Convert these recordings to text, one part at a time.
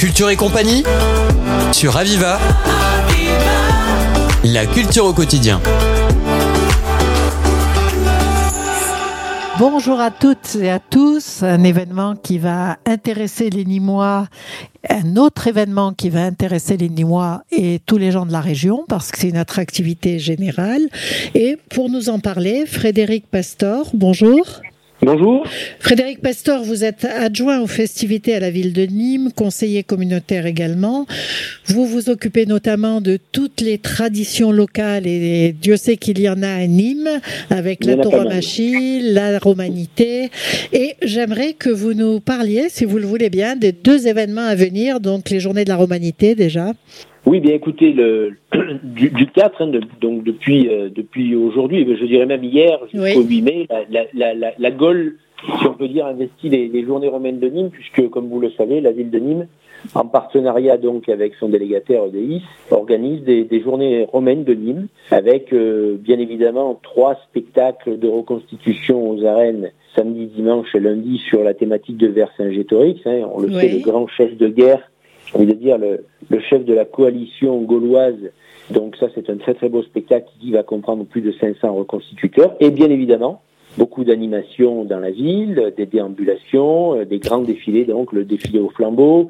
Culture et compagnie sur Aviva. La culture au quotidien. Bonjour à toutes et à tous. Un événement qui va intéresser les Nîmois, un autre événement qui va intéresser les Nîmois et tous les gens de la région parce que c'est notre activité générale. Et pour nous en parler, Frédéric Pastor, bonjour. Bonjour. Frédéric Pastor, vous êtes adjoint aux festivités à la ville de Nîmes, conseiller communautaire également. Vous vous occupez notamment de toutes les traditions locales et Dieu sait qu'il y en a à Nîmes avec la tauromachie, la romanité. Et j'aimerais que vous nous parliez, si vous le voulez bien, des deux événements à venir, donc les journées de la romanité déjà. Oui, bien écoutez, du 4, donc depuis aujourd'hui, je dirais même hier, jusqu'au 8 mai, la Gaule, si on peut dire, investit les journées romaines de Nîmes, puisque, comme vous le savez, la ville de Nîmes, en partenariat donc avec son délégataire EDIS, organise des journées romaines de Nîmes, avec bien évidemment 3 spectacles de reconstitution aux arènes, samedi, dimanche et lundi, sur la thématique de Vercingétorix. On le sait, le grand chef de guerre, j'ai envie de dire le chef de la coalition gauloise. Donc ça, c'est un très très beau spectacle qui va comprendre plus de 500 reconstituteurs. Et bien évidemment, beaucoup d'animations dans la ville, des déambulations, des grands défilés, donc le défilé au flambeau,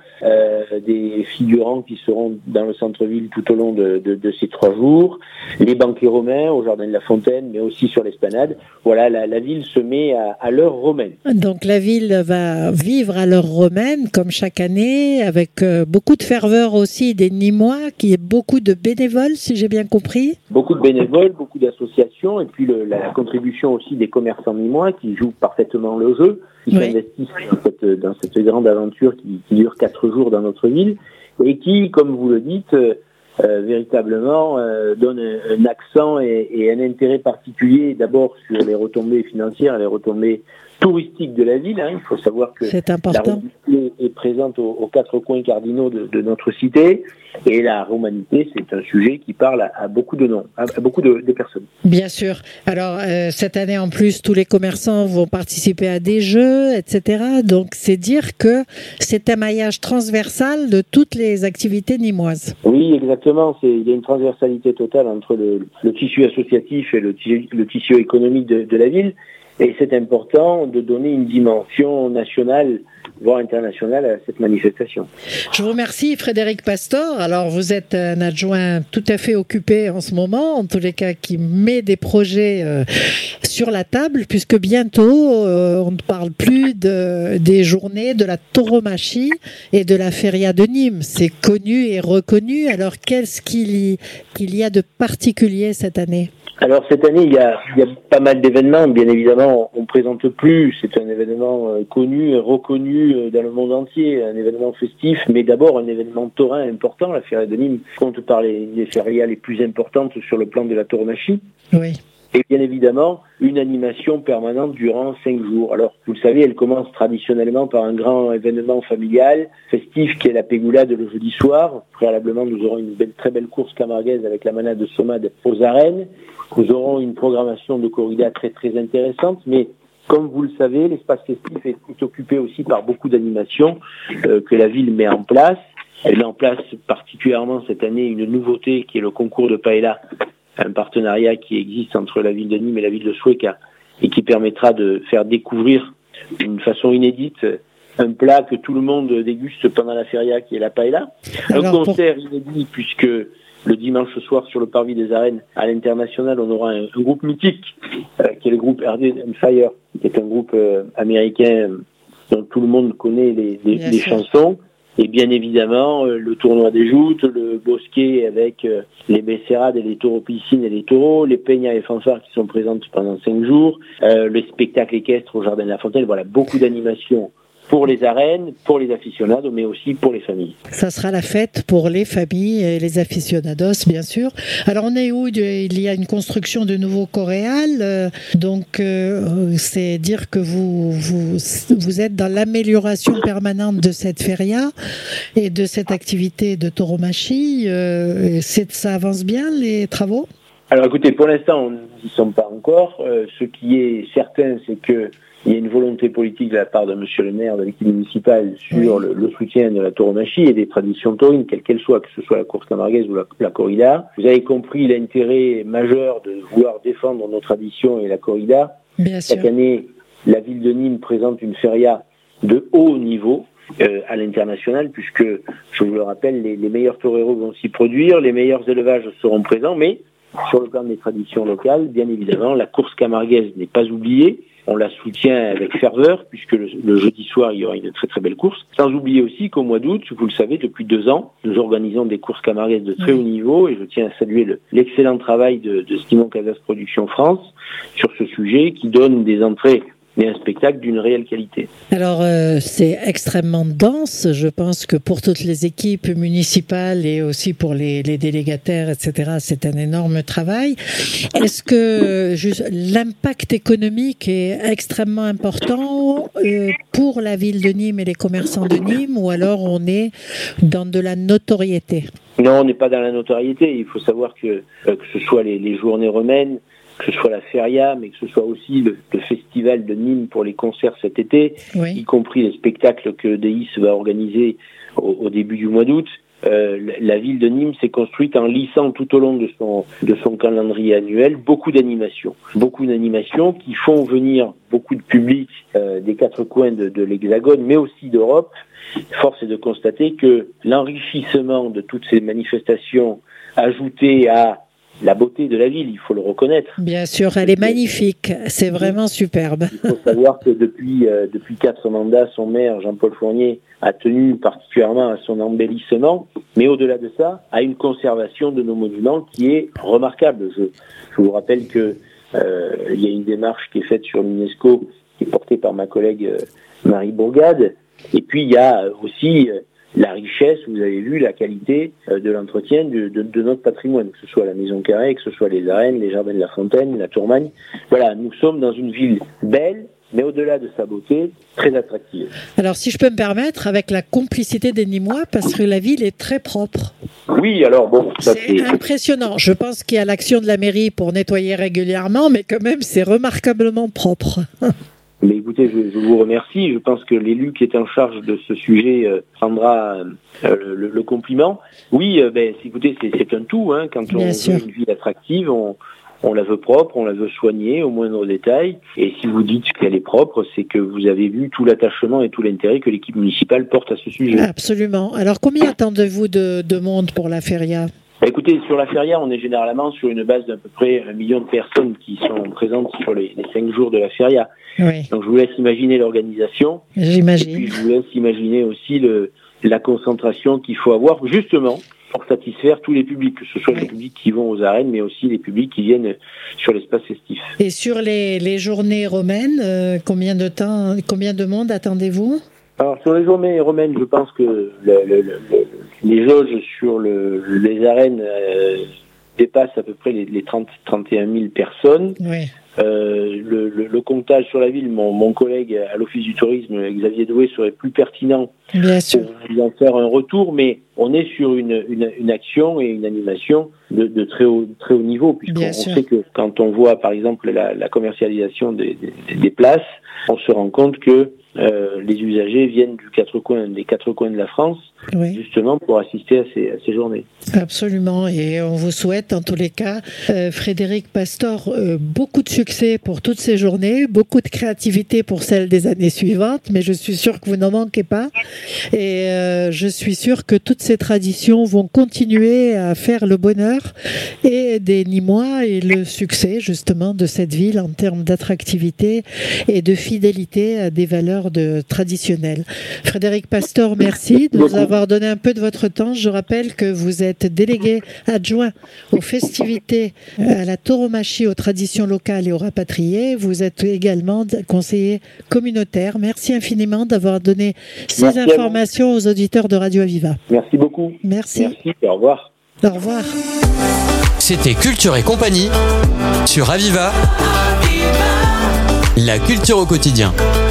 des figurants qui seront dans le centre-ville tout au long de ces 3 jours, les banquets romains au Jardin de la Fontaine, mais aussi sur l'Esplanade. Voilà, la ville se met à l'heure romaine. Donc la ville va vivre à l'heure romaine, comme chaque année, avec beaucoup de ferveur aussi des Nîmois, qui est beaucoup de bénévoles, si j'ai bien compris. Beaucoup de bénévoles, beaucoup d'associations, et puis la contribution aussi des commerçants nîmois qui jouent parfaitement le jeu, qui s'investissent dans cette grande aventure qui dure 4 jours dans notre ville, et qui, comme vous le dites, véritablement donne un accent et un intérêt particulier d'abord sur les retombées financières, les retombées touristiques de la ville. Il faut savoir que la romanité est présente aux 4 coins cardinaux de notre cité, et la romanité, c'est un sujet qui parle à beaucoup de noms, à beaucoup de personnes. Bien sûr. Alors, cette année en plus, tous les commerçants vont participer à des jeux, etc. Donc, c'est dire que c'est un maillage transversal de toutes les activités nîmoises. Oui, exactement. Il y a une transversalité totale entre le tissu associatif et le tissu économique de la ville. Et c'est important de donner une dimension nationale, voire internationale à cette manifestation. Je vous remercie, Frédéric Pastor. Alors, vous êtes un adjoint tout à fait occupé en ce moment, en tous les cas, qui met des projets sur la table, puisque bientôt, on ne parle plus des journées de la tauromachie et de la feria de Nîmes. C'est connu et reconnu. Alors, qu'est-ce qu'il y a de particulier cette année ? Alors cette année, il y a pas mal d'événements. Bien évidemment, on ne présente plus. C'est un événement connu et reconnu dans le monde entier, un événement festif, mais d'abord un événement taurin important. La Feria de Nîmes compte par les férias les plus importantes sur le plan de la tauromachie. Oui. Et bien évidemment, une animation permanente durant 5 jours. Alors, vous le savez, elle commence traditionnellement par un grand événement familial, festif, qui est la pégoulade le jeudi soir. Préalablement, nous aurons une très belle course camarguaise avec la manade de Sommade aux arènes. Nous aurons une programmation de corrida très très intéressante, mais comme vous le savez, l'espace festif est occupé aussi par beaucoup d'animations que la ville met en place. Elle met en place particulièrement cette année une nouveauté qui est le concours de paella, un partenariat qui existe entre la ville de Nîmes et la ville de Sueca et qui permettra de faire découvrir d'une façon inédite un plat que tout le monde déguste pendant la feria, qui est la paella. Un concert inédit, puisque le dimanche soir sur le parvis des arènes à l'international, on aura un groupe mythique qui est le groupe Earth and Fire, qui est un groupe américain dont tout le monde connaît les chansons. Et bien évidemment, le tournoi des joutes, le bosquet avec les becerrades et les taureaux piscines et les taureaux, les peñas et fanfares qui sont présentes pendant 5 jours, le spectacle équestre au Jardin de la Fontaine. Voilà, beaucoup d'animations pour les arènes, pour les aficionados, mais aussi pour les familles. Ça sera la fête pour les familles et les aficionados, bien sûr. Alors, on est où ? Il y a une construction de nouveaux coréals, donc c'est dire que vous êtes dans l'amélioration permanente de cette feria et de cette activité de tauromachie. Ça avance bien, les travaux ? Alors écoutez, pour l'instant, on n'y sommes pas encore. Ce qui est certain, c'est que il y a une volonté politique de la part de monsieur le maire de l'équipe municipale sur le soutien de la tauromachie et des traditions taurines, quelles qu'elles soient, que ce soit la course camarguaise ou la corrida. Vous avez compris l'intérêt majeur de vouloir défendre nos traditions et la corrida. Chaque année, la ville de Nîmes présente une feria de haut niveau à l'international, puisque, je vous le rappelle, les meilleurs toreros vont s'y produire, les meilleurs élevages seront présents, mais sur le plan des traditions locales, bien évidemment, la course camarguaise n'est pas oubliée. On la soutient avec ferveur, puisque le jeudi soir, il y aura une très très belle course. Sans oublier aussi qu'au mois d'août, vous le savez, depuis 2 ans, nous organisons des courses camarguaises de très haut niveau, et je tiens à saluer l'excellent travail de Simon Casas Productions France sur ce sujet, qui donne des entrées et un spectacle d'une réelle qualité. Alors, c'est extrêmement dense. Je pense que pour toutes les équipes municipales et aussi pour les délégataires, etc., c'est un énorme travail. Est-ce que l'impact économique est extrêmement important pour la ville de Nîmes et les commerçants de Nîmes, ou alors on est dans de la notoriété? Non, on n'est pas dans la notoriété. Il faut savoir que ce soit les journées romaines, que ce soit la feria, mais que ce soit aussi le festival de Nîmes pour les concerts cet été, y compris les spectacles que DEIS va organiser au début du mois d'août. La ville de Nîmes s'est construite en lissant tout au long de son calendrier annuel beaucoup d'animations qui font venir beaucoup de public des 4 coins de l'Hexagone, mais aussi d'Europe. Force est de constater que l'enrichissement de toutes ces manifestations, ajouté à la beauté de la ville, il faut le reconnaître. Bien sûr, elle est magnifique, c'est vraiment superbe. Il faut savoir que depuis 4 mandats, son maire, Jean-Paul Fournier, a tenu particulièrement à son embellissement, mais au-delà de ça, à une conservation de nos monuments qui est remarquable. Je vous rappelle que il y a une démarche qui est faite sur l'UNESCO, qui est portée par ma collègue Marie Bourgade, et puis il y a aussi la richesse, vous avez vu la qualité de l'entretien de notre patrimoine, que ce soit la Maison Carrée, que ce soit les arènes, les jardins de la Fontaine, la Tourmagne. Voilà, nous sommes dans une ville belle, mais au-delà de sa beauté, très attractive. Alors, si je peux me permettre, avec la complicité des Nîmois, parce que la ville est très propre. Oui, alors bon, ça c'est impressionnant. Je pense qu'il y a l'action de la mairie pour nettoyer régulièrement, mais quand même, c'est remarquablement propre. Mais écoutez, je vous remercie. Je pense que l'élu qui est en charge de ce sujet prendra le compliment. Oui, écoutez, c'est un tout. Quand on veut une ville attractive, on la veut propre, on la veut soignée au moindre détail. Et si vous dites qu'elle est propre, c'est que vous avez vu tout l'attachement et tout l'intérêt que l'équipe municipale porte à ce sujet. Absolument. Alors, combien attendez-vous de monde pour la feria ? Écoutez, sur la feria, on est généralement sur une base d'à peu près 1 million de personnes qui sont présentes sur les 5 jours de la feria. Oui. Donc je vous laisse imaginer l'organisation. J'imagine. Et puis je vous laisse imaginer aussi la concentration qu'il faut avoir justement pour satisfaire tous les publics, que ce soit les publics qui vont aux arènes, mais aussi les publics qui viennent sur l'espace festif. Et sur les journées romaines, combien de monde attendez-vous ? Alors sur les journées romaines, je pense que les jauges sur les arènes dépassent à peu près les 31 000 personnes. Oui. Le comptage sur la ville, mon collègue à l'Office du tourisme, Xavier Doué, serait plus pertinent pour vous en faire un retour, mais on est sur une action et une animation de très haut niveau, puisqu'on sait que quand on voit par exemple la commercialisation des places, on se rend compte que les usagers viennent des 4 coins de la France, justement pour assister à ces journées. Absolument, et on vous souhaite en tous les cas, Frédéric Pastor, beaucoup de succès pour toutes ces journées, beaucoup de créativité pour celles des années suivantes, mais je suis sûre que vous n'en manquez pas, et je suis sûre que toutes ces traditions vont continuer à faire le bonheur et des Nîmois et le succès justement de cette ville en termes d'attractivité et de fidélité à des valeurs traditionnelles. Frédéric Pastor, merci de nous avoir donné un peu de votre temps. Je rappelle que vous êtes délégué adjoint aux festivités, à la tauromachie, aux traditions locales et aux rapatriés. Vous êtes également conseiller communautaire. Merci infiniment d'avoir donné ces informations aux auditeurs de Radio Aviva. Merci beaucoup. Merci. Merci. Au revoir. Au revoir. C'était Culture et compagnie sur Aviva. La culture au quotidien.